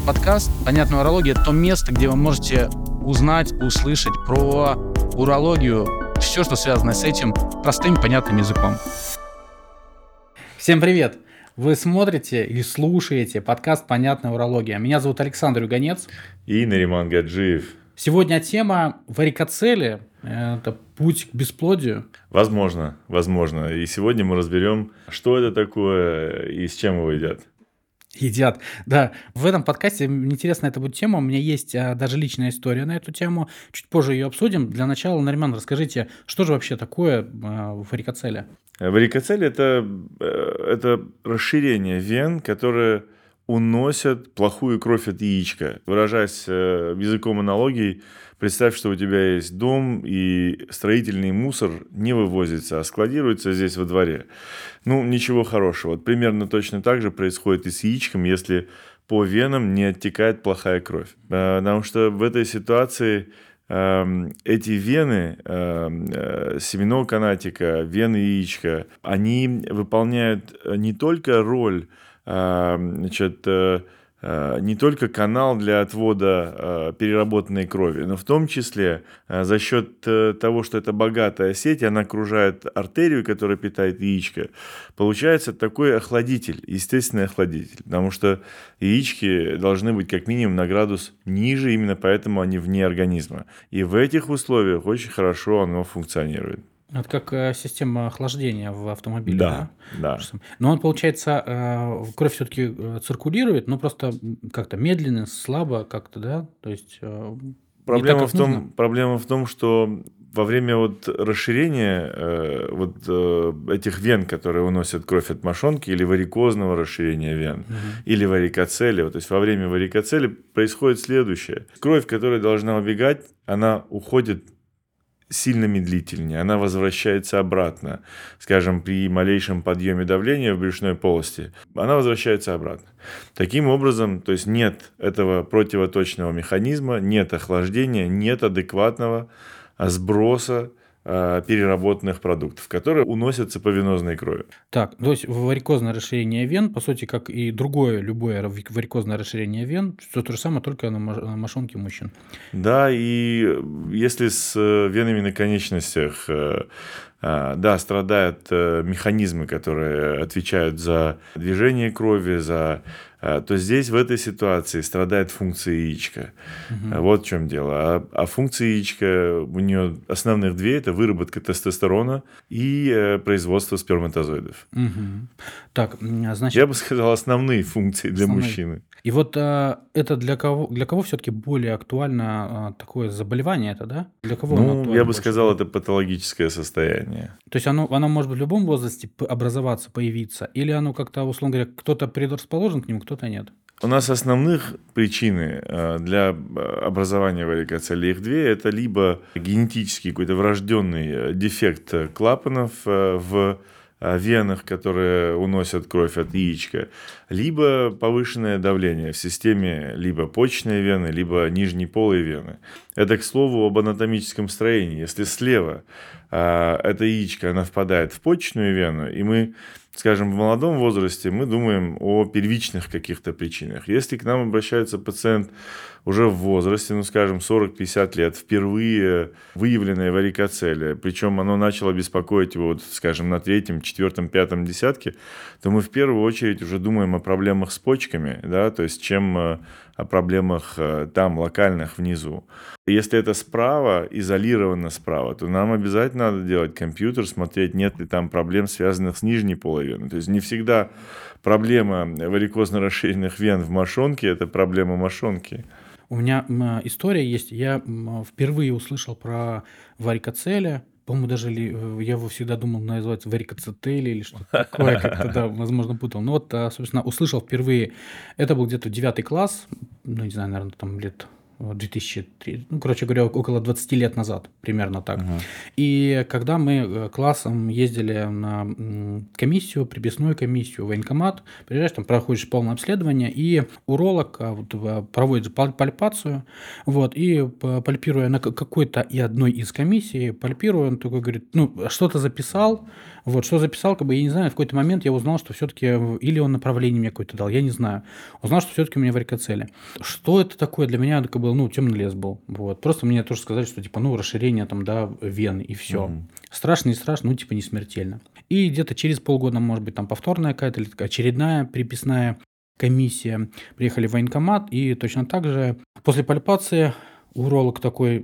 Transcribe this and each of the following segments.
Подкаст «Понятная урология» — это то место, где вы можете узнать, услышать про урологию, все, что связано с этим, простым, понятным языком. Всем привет! Вы смотрите или слушаете подкаст «Понятная урология». Меня зовут Александр Юганец. И Нариман Гаджиев. Сегодня тема варикоцели – это путь к бесплодию. Возможно. И сегодня мы разберем, что это такое и с чем его едят. Едят. Да, в этом подкасте интересна эта будет тема. У меня есть даже личная история на эту тему. Чуть позже ее обсудим. Для начала, Нариман, расскажите, что же вообще такое варикоцеле? Варикоцель – это расширение вен, которые уносят плохую кровь от яичка. Выражаясь языком аналогий, представь, что у тебя есть дом, и строительный мусор не вывозится, а складируется здесь во дворе. Ничего хорошего. Вот примерно точно так же происходит и с яичком, если по венам не оттекает плохая кровь. Потому что в этой ситуации эти вены семенного канатика, вены яичка, они выполняют не только роль, не только канал для отвода переработанной крови, но в том числе за счет того, что это богатая сеть, она окружает артерию, которая питает яичко, получается такой охладитель, естественный охладитель, потому что яички должны быть как минимум на градус ниже, именно поэтому они вне организма. И в этих условиях очень хорошо оно функционирует. Это как система охлаждения в автомобиле, да? Да. Но он, получается, кровь все-таки циркулирует, но просто как-то медленно, слабо как-то, да? То есть проблема в том, что во время расширения этих вен, которые уносят кровь от мошонки, или варикозного расширения вен, или варикоцели, то есть во время варикоцели происходит следующее. Кровь, которая должна убегать, она уходит сильно медлительнее, она возвращается обратно. Скажем, при малейшем подъеме давления в брюшной полости, она возвращается обратно. Таким образом, то есть нет этого противоточного механизма, нет охлаждения, нет адекватного сброса переработанных продуктов, которые уносятся по венозной крови. Так, то есть варикозное расширение вен, по сути, как и любое варикозное расширение вен, все то же самое, только на мошонке мужчин. Да, и если с венами на конечностях страдают механизмы, которые отвечают за движение крови, то здесь в этой ситуации страдает функция яичка. Вот в чем дело. А функция яичка, у нее основных две – это выработка тестостерона и производство сперматозоидов. Так, значит, я бы сказал, основные функции для мужчины. И это для кого все-таки более актуально такое заболевание, это, да? Для кого я бы сказал, это патологическое состояние. То есть оно может в любом возрасте образоваться, появиться, или оно как-то, условно говоря, кто-то предрасположен к нему, кто-то нет? У нас основных причины для образования варикоцелей, их две, это либо генетический какой-то врожденный дефект клапанов в венах, которые уносят кровь от яичка, либо повышенное давление в системе либо почечной вены, либо нижнеполой вены. Это, к слову, об анатомическом строении. Если слева эта яичко, она впадает в почечную вену, и мы, скажем, в молодом возрасте мы думаем о первичных каких-то причинах. Если к нам обращается пациент уже в возрасте, скажем, 40-50 лет, впервые выявленная варикоцелия, причем оно начало беспокоить его, скажем, на 3-м, 4-м, 5-м десятке, то мы в первую очередь уже думаем о проблемах с почками, да, то есть чем о проблемах там, локальных, внизу. Если это справа, изолировано справа, то нам обязательно надо делать компьютер, смотреть, нет ли там проблем, связанных с нижней полой вены. То есть не всегда проблема варикозно расширенных вен в мошонке – это проблема мошонки. У меня история есть. Я впервые услышал про варикоцеле. По-моему, даже я его всегда думал называть варикоцетели или что-то такое, как-то, да, возможно, путал. Собственно, услышал впервые. Это был где-то 9 класс, не знаю, наверное, там лет 2003, ну, короче говоря, около 20 лет назад, примерно так. Мгм. И когда мы классом ездили на комиссию, приписную комиссию, в военкомат, приезжаешь, там проходишь полное обследование, и уролог проводит пальпацию, вот, и пальпируя на какой-то и одной из комиссий, пальпируя, он такой говорит, ну, что-то записал, вот, что записал, как бы, я не знаю, в какой-то момент я узнал, что все-таки, или он направление мне какое-то дал, я не знаю, узнал, что все-таки у меня варикоцеле. Что это такое? Для меня как бы, ну, темный лес был. Вот. Просто мне тоже сказали, что типа, ну, расширение там, да, вен и все. Мгм. Страшно, не страшно, ну, типа, не смертельно. И где-то через полгода, может быть, там повторная какая-то или очередная приписная комиссия. Приехали в военкомат, и точно так же после пальпации уролог такой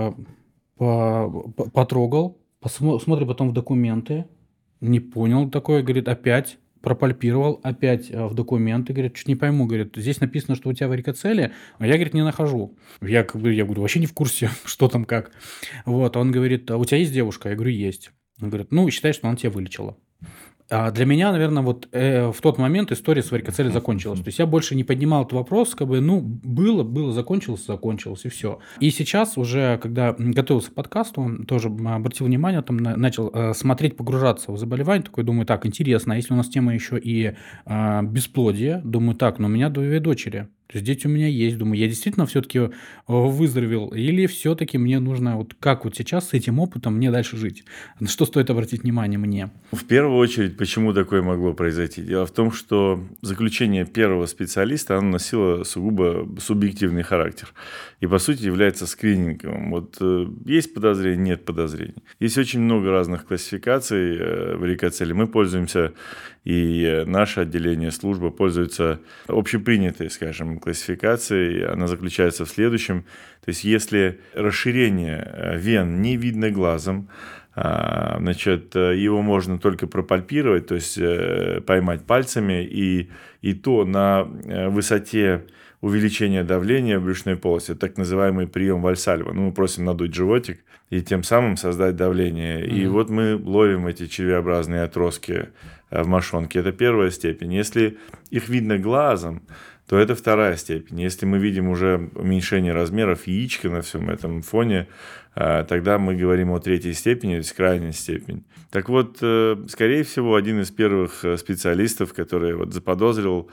потрогал, смотрит потом в документы, не понял такое, говорит, опять пропальпировал, опять в документы, говорит, чуть не пойму, говорит, здесь написано, что у тебя варикоцеле, а я, говорит, не нахожу. Я говорю, вообще не в курсе, что там как. Вот, он говорит, а у тебя есть девушка? Я говорю, есть. Он говорит, ну, считай, что она тебя вылечила. А для меня, наверное, вот в тот момент история с варикоцелей закончилась. То есть я больше не поднимал этот вопрос, как бы, ну, было, закончилось, и все. И сейчас уже, когда готовился к подкасту, тоже обратил внимание, там начал смотреть, погружаться в заболевание, такой думаю, так, интересно, а если у нас тема еще и бесплодие, думаю, так, но у меня 2 дочери. То есть дети у меня есть, думаю, я действительно все-таки выздоровел, или все-таки мне нужно, вот как вот сейчас с этим опытом мне дальше жить? На что стоит обратить внимание мне? В первую очередь, почему такое могло произойти? Дело в том, что заключение первого специалиста, оно носило сугубо субъективный характер. И, по сути, является скрининговым. Вот есть подозрение, нет подозрений. Есть очень много разных классификаций варикоцелей. Мы пользуемся, и наше отделение, служба пользуется общепринятой, скажем, классификацией. Она заключается в следующем. То есть, если расширение вен не видно глазом, значит, его можно только пропальпировать, то есть поймать пальцами, и то на высоте увеличения давления в брюшной полости, так называемый прием Вальсальва. Ну, мы просим надуть животик и тем самым создать давление. И вот мы ловим эти червеобразные отростки в мошонке. Это первая степень. Если их видно глазом, то это вторая степень. Если мы видим уже уменьшение размеров яичка на всем этом фоне, тогда мы говорим о третьей степени, то есть крайняя степень. Так вот, скорее всего, один из первых специалистов, который вот заподозрил,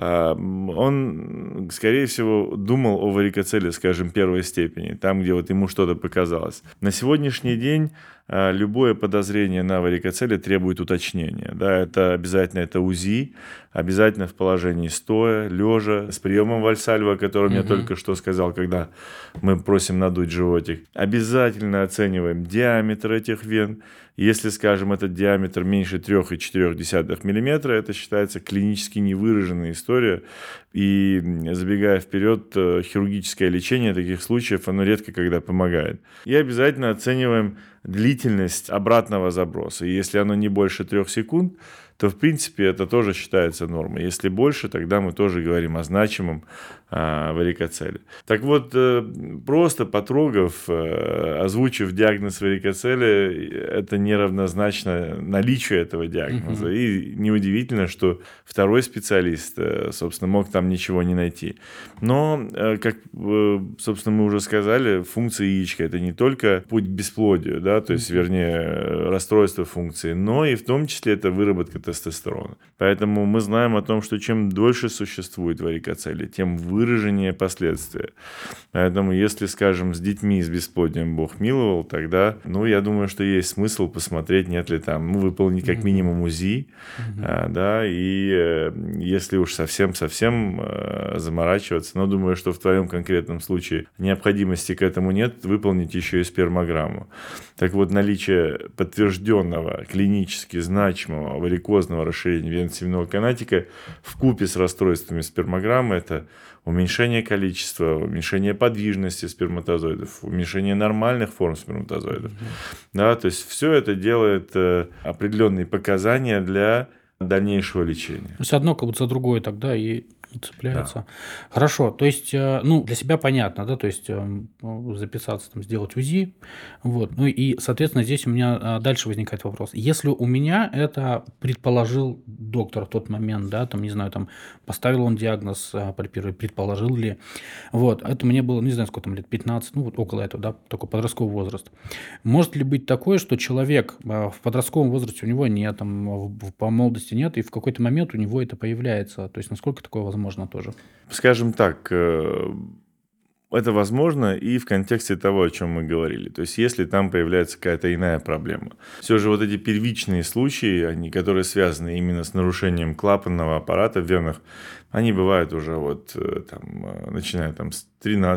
он, скорее всего, думал о варикоцеле, скажем, первой степени, там, где вот ему что-то показалось. На сегодняшний день любое подозрение на варикоцеле требует уточнения. Да, это обязательно это УЗИ, обязательно в положении стоя, лежа, с приемом Вальсальва, о котором я только что сказал, когда мы просим надуть животик. Обязательно оцениваем диаметр этих вен. Если, скажем, этот диаметр меньше 3,4 мм, это считается клинически невыраженная история. И, забегая вперед, хирургическое лечение таких случаев, оно редко когда помогает. И обязательно оцениваем длительность обратного заброса. И если оно не больше 3 секунд, то, в принципе, это тоже считается нормой. Если больше, тогда мы тоже говорим о значимом варикоцеле. Так вот, просто потрогав, озвучив диагноз варикоцеля, это неравнозначно наличию этого диагноза. И неудивительно, что второй специалист, собственно, мог там ничего не найти. Но, как, собственно, мы уже сказали, функция яичка – это не только путь к бесплодию, да, то есть, вернее, расстройство функции, но и в том числе это выработка тестостерона. Поэтому мы знаем о том, что чем дольше существует варикоцеле, тем выраженнее последствия. Поэтому, если, скажем, с детьми с бесплодием Бог миловал, тогда, ну, я думаю, что есть смысл посмотреть, нет ли там, ну, выполнить как минимум УЗИ, да, и если уж совсем-совсем заморачиваться, но думаю, что в твоем конкретном случае необходимости к этому нет, выполнить еще и спермограмму. Так вот, наличие подтвержденного клинически значимого варикозного расширения вен семенного канатика вкупе с расстройствами спермограммы – это уменьшение количества, уменьшение подвижности сперматозоидов, уменьшение нормальных форм сперматозоидов. Да, то есть все это делает определенные показания для дальнейшего лечения. То есть одно как будто за другое тогда и Да. Цепляется. Хорошо, то есть, ну, для себя понятно, да, то есть, записаться, там, сделать УЗИ, вот. Ну и, соответственно, здесь у меня, дальше возникает вопрос. Если у меня это предположил доктор в тот момент, да, там, не знаю, там, поставил он диагноз, при первый, предположил ли, вот, это мне было, не знаю, сколько там лет, 15, ну, вот около этого, да, такой подростковый возраст. Может ли быть такое, что человек, в подростковом возрасте у него нет, там, по молодости нет, и в какой-то момент у него это появляется? То есть насколько такое возможно тоже? Скажем так, это возможно и в контексте того, о чем мы говорили. То есть, если там появляется какая-то иная проблема. Все же вот эти первичные случаи, они, которые связаны именно с нарушением клапанного аппарата в венах, они бывают уже вот там, начиная там с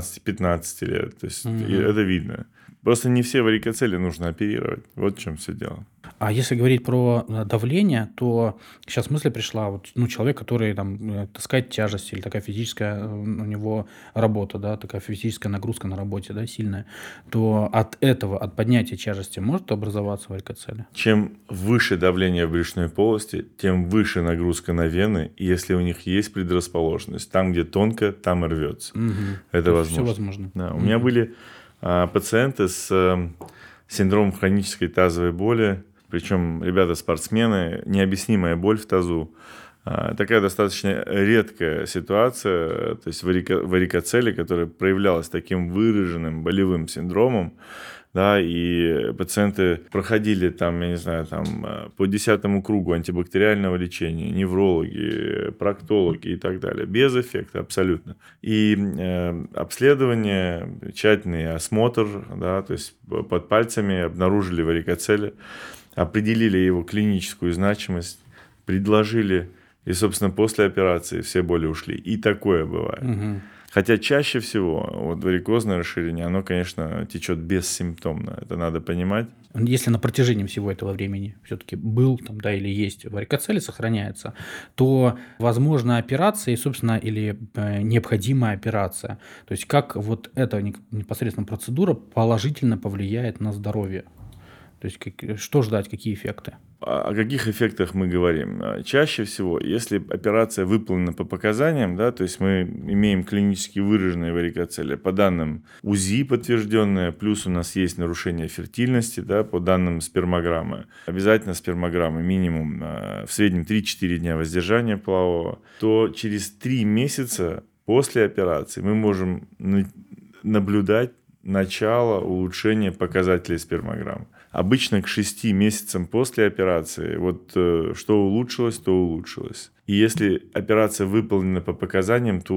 13-15 лет. То есть, и Мгм. это видно. Просто не все варикоцели нужно оперировать. Вот в чем все дело. А если говорить про, давление, то сейчас мысль пришла, вот, ну, человек, который там, таскает тяжести или такая физическая, у него работа, да, такая физическая нагрузка на работе, да, сильная, то от этого, от поднятия тяжести может образоваться варикоцеле? Чем выше давление в брюшной полости, тем выше нагрузка на вены. И если у них есть предрасположенность, там, где тонко, там и рвется. Мгм. Это То есть все возможно. возможно. Да, у меня Мгм. были пациенты с синдромом хронической тазовой боли, причем ребята-спортсмены, необъяснимая боль в тазу. Такая достаточно редкая ситуация, то есть варикоцели, которая проявлялась таким выраженным болевым синдромом, да, и пациенты проходили там, я не знаю, там по 10-му кругу антибактериального лечения, неврологи, проктологи и так далее, без эффекта абсолютно. И обследование, тщательный осмотр, да, то есть под пальцами обнаружили варикоцели, определили его клиническую значимость, предложили, и, собственно, после операции все боли ушли. И такое бывает. Мгм. Хотя чаще всего вот варикозное расширение, оно, конечно, течет бессимптомно. Это надо понимать. Если на протяжении всего этого времени все-таки был там, да, или есть варикоцель, сохраняется, то возможна операция и, собственно, или необходимая операция. То есть как вот эта непосредственно процедура положительно повлияет на здоровье? То есть что ждать, какие эффекты? О каких эффектах мы говорим? Чаще всего, если операция выполнена по показаниям, да, то есть мы имеем клинически выраженные варикоцели, по данным УЗИ подтвержденные, плюс у нас есть нарушение фертильности, да, по данным спермограммы. Обязательно спермограммы минимум в среднем 3-4 дня воздержания полового, то через 3 месяца после операции мы можем наблюдать начало улучшения показателей спермограммы. Обычно к 6 месяцам после операции вот что улучшилось, то улучшилось. И если операция выполнена по показаниям, то у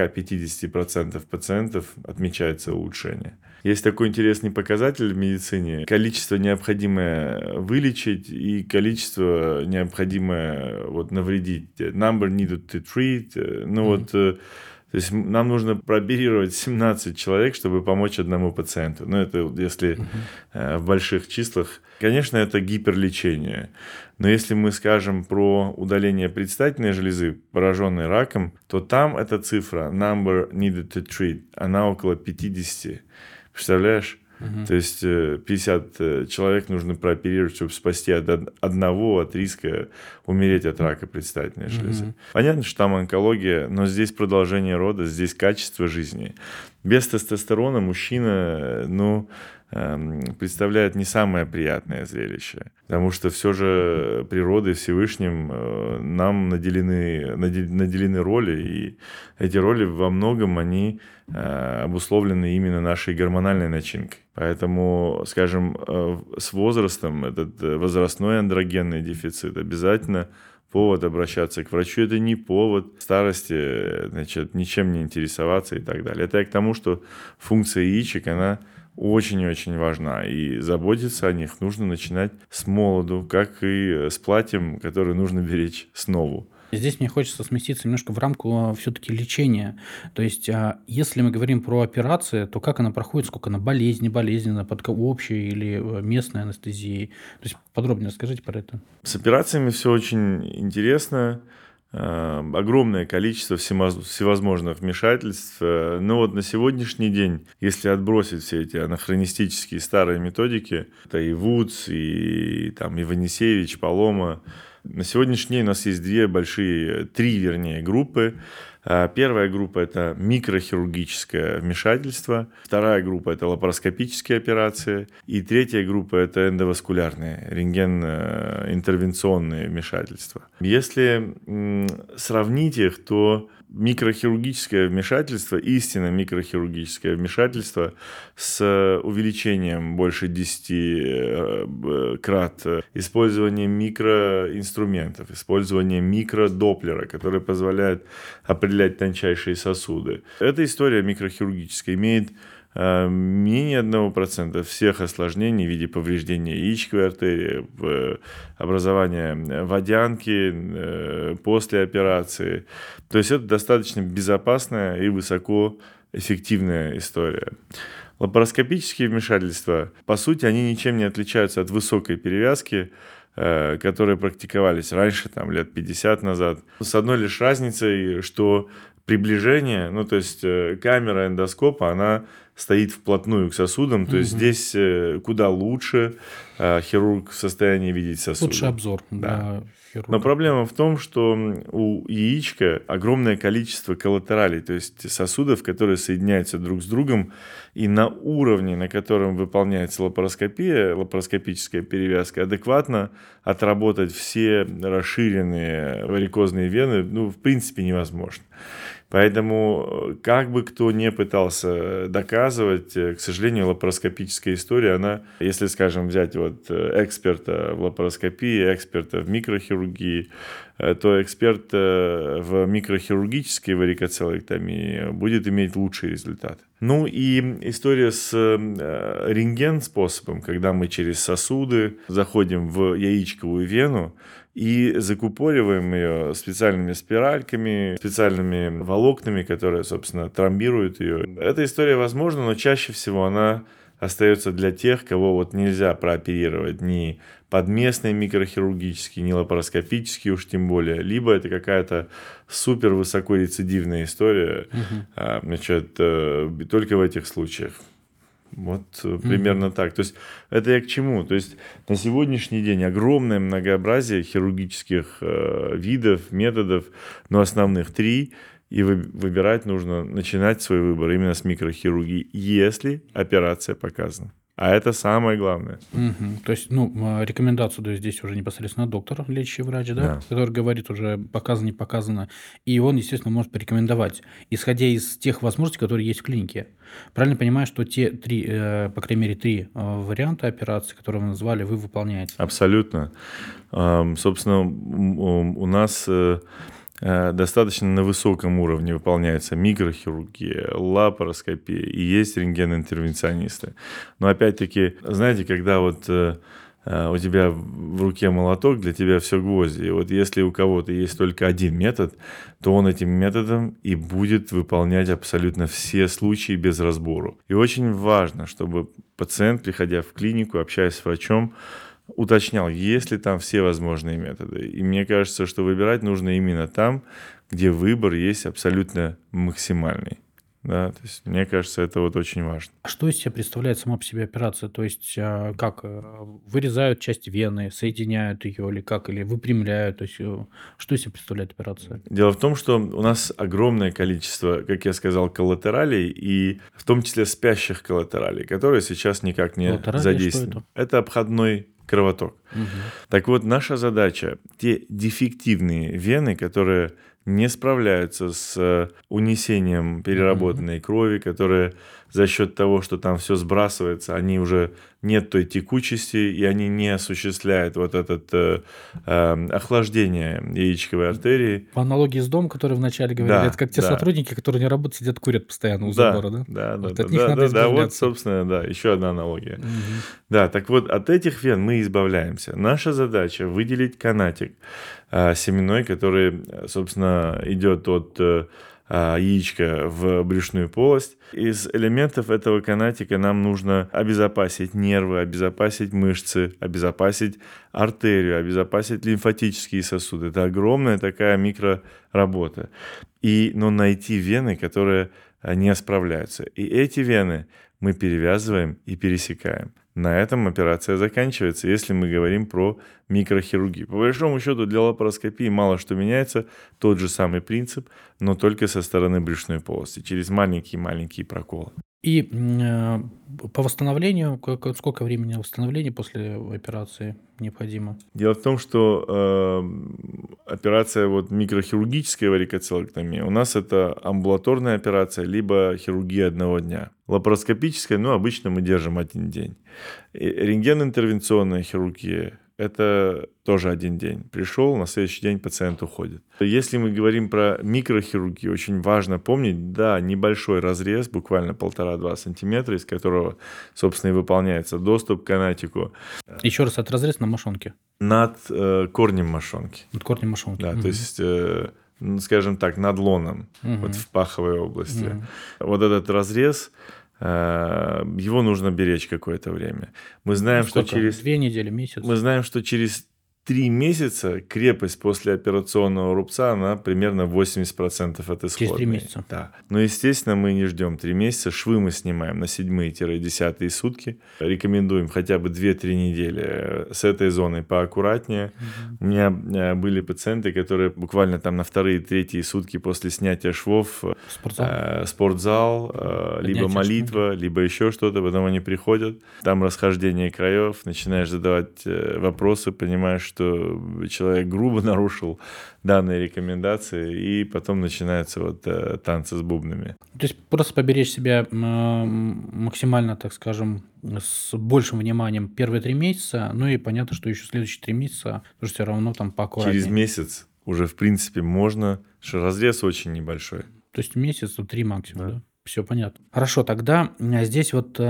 40-50% пациентов отмечается улучшение. Есть такой интересный показатель в медицине. Количество, необходимое вылечить, и количество, необходимое вот, навредить. Number needed to treat. Ну вот... То есть нам нужно прооперировать 17 человек, чтобы помочь одному пациенту. Ну, это если в больших числах. Конечно, это гиперлечение. Но если мы скажем про удаление предстательной железы, пораженной раком, то там эта цифра, number needed to treat, она около 50. Представляешь? То есть 50 человек нужно прооперировать, чтобы спасти одного от риска умереть от рака предстательной железы. Понятно, что там онкология, но здесь продолжение рода, здесь качество жизни. Без тестостерона мужчина, представляет не самое приятное зрелище. Потому что все же природой, Всевышним нам наделены роли, и эти роли во многом они обусловлены именно нашей гормональной начинкой. Поэтому, скажем, с возрастом этот возрастной андрогенный дефицит обязательно повод обращаться к врачу. Это не повод старости, ничем не интересоваться и так далее. Это я к тому, что функция яичек, она очень-очень важна. И заботиться о них нужно начинать с молоду, как и с платьем, которое нужно беречь с нову. Здесь мне хочется сместиться немножко в рамку все-таки лечения. То есть, если мы говорим про операции, то как она проходит, сколько она болезненно, под общей или местной анестезией? То есть подробнее расскажите про это. С операциями все очень интересно. Огромное количество всевозможных вмешательств. Но вот на сегодняшний день, если отбросить все эти анахронистические старые методики, это и Вудс, и там Иванисевич, Палома, На сегодняшний день у нас есть три группы. Первая группа – это микрохирургическое вмешательство, вторая группа – это лапароскопические операции, и третья группа – это эндоваскулярные, рентгеноинтервенционные вмешательства. Если сравнить их, то микрохирургическое вмешательство, истинно микрохирургическое вмешательство с увеличением больше 10 крат, использованием микроинструментов, использованием микродоплера, который позволяет определять тончайшие сосуды. Эта история микрохирургическая имеет менее 1% всех осложнений в виде повреждения яичковой артерии, образования водянки после операции. То есть это достаточно безопасная и высокоэффективная история. Лапароскопические вмешательства, по сути, они ничем не отличаются от высокой перевязки, которые практиковались раньше, лет 50 назад. С одной лишь разницей, что приближение, то есть камера эндоскопа, она стоит вплотную к сосудам, то есть здесь куда лучше хирург в состоянии видеть сосуды. Лучший обзор. Да. Но проблема в том, что у яичка огромное количество коллатералей, то есть сосудов, которые соединяются друг с другом, и на уровне, на котором выполняется лапароскопия, лапароскопическая перевязка, адекватно отработать все расширенные варикозные вены, в принципе, невозможно. Поэтому, как бы кто ни пытался доказывать, к сожалению, лапароскопическая история, она, если, скажем, взять эксперта в лапароскопии, эксперта в микрохирургии, то эксперт в микрохирургической варикоцелектомии будет иметь лучший результат. И история с рентген-способом, когда мы через сосуды заходим в яичковую вену и закупориваем ее специальными спиральками, специальными волокнами, которые, собственно, тромбируют ее. Эта история возможна, но чаще всего она остается для тех, кого нельзя прооперировать ни подместный микрохирургический, ни лапароскопический уж тем более, либо это какая-то супер высокорецидивная история, только в этих случаях. Примерно так. То есть это я к чему? То есть на сегодняшний день огромное многообразие хирургических видов, методов, но основных 3. И выбирать нужно, начинать свой выбор именно с микрохирургии, если операция показана. А это самое главное. То есть, рекомендацию дает здесь уже непосредственно доктор, лечащий врач, да? Который говорит уже показано, не показано. И он, естественно, может порекомендовать, исходя из тех возможностей, которые есть в клинике. Правильно понимаю, что те 3, по крайней мере, 3 варианта операции, которые вы назвали, вы выполняете? Абсолютно. Собственно, у нас достаточно на высоком уровне выполняется микрохирургия, лапароскопия и есть рентгеноинтервенционисты. Но опять-таки, знаете, когда у тебя в руке молоток, для тебя все гвозди. И если у кого-то есть только один метод, то он этим методом и будет выполнять абсолютно все случаи без разбору. И очень важно, чтобы пациент, приходя в клинику, общаясь с врачом, уточнял, есть ли там все возможные методы. И мне кажется, что выбирать нужно именно там, где выбор есть абсолютно максимальный. Да, то есть, мне кажется, это очень важно. А что из себя представляет сама по себе операция? То есть, как вырезают часть вены, соединяют ее, или выпрямляют? То есть, что из себя представляет операция? Дело в том, что у нас огромное количество, как я сказал, коллатералей, и в том числе спящих коллатералей, которые сейчас никак не задействованы. Это обходной кровоток. Так вот, наша задача – те дефективные вены, которые не справляются с унесением переработанной крови, которые за счет того, что там все сбрасывается, они уже нет той текучести, и они не осуществляют это охлаждение яичковой артерии. По аналогии с домом, который вначале говорили, это как те сотрудники, которые не работают, сидят, курят постоянно у забора, да? Да, собственно, еще одна аналогия. Да, так вот, от этих вен мы избавляемся. Наша задача выделить канатик семенной, который, собственно, идет от яичка в брюшную полость. Из элементов этого канатика нам нужно обезопасить нервы, обезопасить мышцы, обезопасить артерию, обезопасить лимфатические сосуды. Это огромная такая микроработа. Но найти вены, которые не справляются. И эти вены мы перевязываем и пересекаем. на этом операция заканчивается, если мы говорим про микрохирургию. По большому счету для лапароскопии мало что меняется, тот же самый принцип, но только со стороны брюшной полости, через маленькие-маленькие проколы. И по восстановлению, сколько времени восстановления после операции необходимо? Дело в том, что операция микрохирургическая варикоцелэктомия у нас это амбулаторная операция, либо хирургия одного дня. Лапароскопическая, обычно мы держим 1 день. Рентгеноинтервенционная хирургия – это тоже 1 день. Пришел, на следующий день пациент уходит. Если мы говорим про микрохирургию, очень важно помнить, да, небольшой разрез, буквально 1,5-2 сантиметра, из которого, собственно, и выполняется доступ к канатику. Еще раз, это разрез на мошонке? Над корнем мошонки. Над корнем мошонки. Да, то есть, скажем так, над лоном, в паховой области. Вот этот разрез, его нужно беречь какое-то время. Мы знаем, что 2 недели, месяц? Мы знаем, что через 3 месяца крепость послеоперационного рубца, она примерно 80% от исходной. Через 3 месяца? Да. Но, естественно, мы не ждем 3 месяца. Швы мы снимаем на 7-10 сутки. Рекомендуем хотя бы 2-3 недели с этой зоной поаккуратнее. У меня были пациенты, которые буквально там на 2-3 сутки после снятия швов спортзал, либо молитва, либо еще что-то. Потом они приходят, там расхождение краев, начинаешь задавать вопросы, понимаешь, что человек грубо нарушил данные рекомендации, и потом начинаются танцы с бубнами. То есть просто поберечь себя максимально, так скажем, с большим вниманием первые 3 месяца, и понятно, что еще следующие 3 месяца, потому что все равно там поаккуратнее. Через месяц уже, в принципе, можно, что разрез очень небольшой. То есть месяц, 3 максимум, да? Все понятно. Хорошо, тогда здесь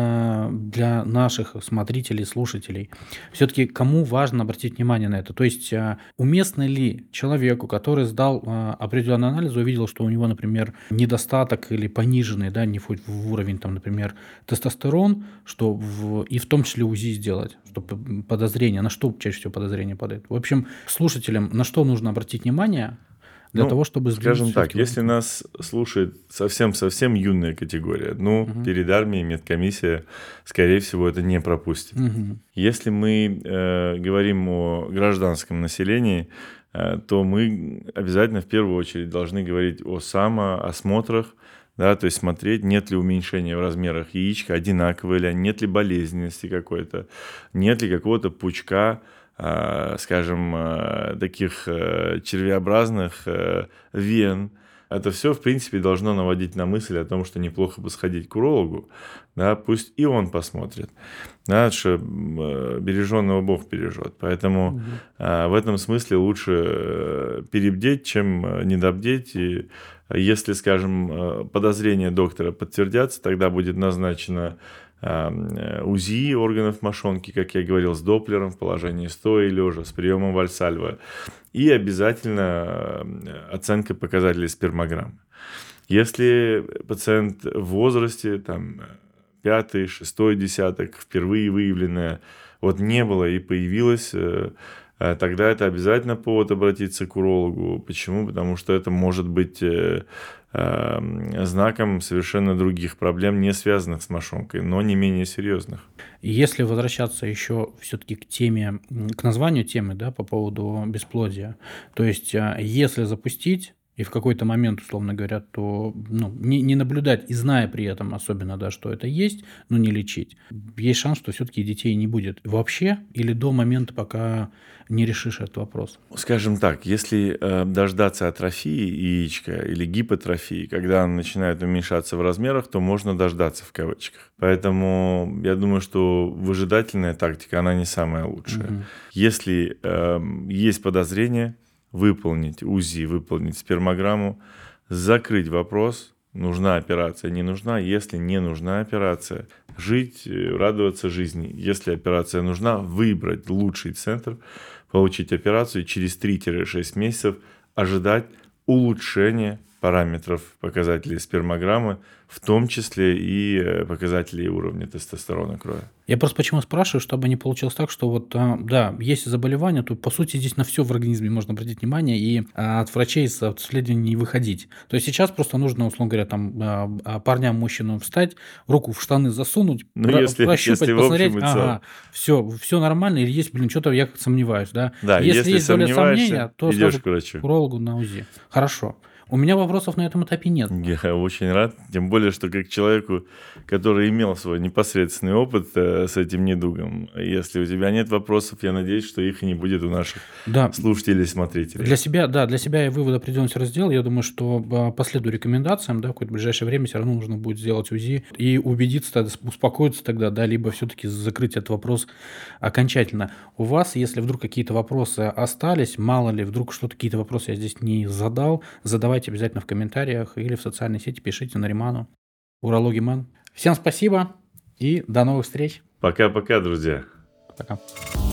для наших смотрителей, слушателей, все-таки кому важно обратить внимание на это? То есть уместно ли человеку, который сдал определенный анализ, увидел, что у него, например, недостаток или пониженный, да, не входит в уровень, там, например, тестостерон, и в том числе УЗИ сделать, чтобы подозрение, на что чаще всего подозрение падает? В общем, слушателям на что нужно обратить внимание для того, чтобы сдвинуть? Скажем так, если нас слушает совсем юная категория, перед армией медкомиссия, скорее всего, это не пропустит. Если мы говорим о гражданском населении, то мы обязательно в первую очередь должны говорить о самоосмотрах, да, то есть смотреть, нет ли уменьшения в размерах яичка, одинаковые ли, нет ли болезненности какой-то, нет ли какого-то пучка, скажем, таких червеобразных вен. Это все, в принципе, должно наводить на мысль о том, что неплохо бы сходить к урологу, да, пусть и он посмотрит, да, что береженного Бог бережет. Поэтому в этом смысле лучше перебдеть, чем недобдеть. И если, скажем, подозрения доктора подтвердятся, тогда будет назначено УЗИ органов мошонки, как я говорил, с доплером в положении стоя и лежа, с приемом Вальсальва. И обязательно оценка показателей спермограммы. Если пациент в возрасте, 5-й, 6-й десяток, впервые выявленное, не было и появилось, тогда это обязательно повод обратиться к урологу. Почему? Потому что это может быть знаком совершенно других проблем, не связанных с мошонкой, но не менее серьезных. И если возвращаться еще все-таки к названию темы, да, по поводу бесплодия, то есть если запустить и в какой-то момент, условно говоря, то не наблюдать и зная при этом особенно, да, что это есть, но не лечить, есть шанс, что все-таки детей не будет вообще или до момента, пока не решишь этот вопрос. Скажем так, если дождаться атрофии яичка или гипотрофии, когда она начинает уменьшаться в размерах, то можно дождаться в кавычках. Поэтому я думаю, что выжидательная тактика, она не самая лучшая. Если есть подозрение, выполнить УЗИ, выполнить спермограмму, закрыть вопрос, нужна операция, не нужна. Если не нужна операция, жить, радоваться жизни. Если операция нужна, выбрать лучший центр, получить операцию и через 3-6 месяцев ожидать улучшения параметров, показателей спермограммы, в том числе и показателей уровня тестостерона крови. Я просто почему спрашиваю, чтобы не получилось так, что вот, да, есть заболевание, то по сути здесь на все в организме можно обратить внимание и от врачей с обследований не выходить. То есть сейчас просто нужно, условно говоря, там парням, мужчинам встать, руку в штаны засунуть, Ну, если прощупать, в посмотреть, общем и целом. ага, все нормально, или есть, что-то я как сомневаюсь, да. Да, Если есть доля сомневаешься, сомнения, то идешь сразу к к врачу. урологу на УЗИ. Хорошо. У меня вопросов на этом этапе нет. Я очень рад, тем более, что как человеку, который имел свой непосредственный опыт с этим недугом, если у тебя нет вопросов, я надеюсь, что их и не будет у наших Да, слушателей и смотрителей. для себя я вывод определенно всё сделал. Я думаю, что последую рекомендациям, да, в какое-то ближайшее время все равно нужно будет сделать УЗИ и убедиться, тогда, успокоиться тогда, да, либо все-таки закрыть этот вопрос окончательно. У вас, если вдруг какие-то вопросы остались, мало ли, вдруг что-то, какие-то вопросы я здесь не задал, задавайте обязательно в комментариях или в социальной сети, пишите Нариману, Урологиман. Всем спасибо и до новых встреч. Пока-пока, друзья. Пока.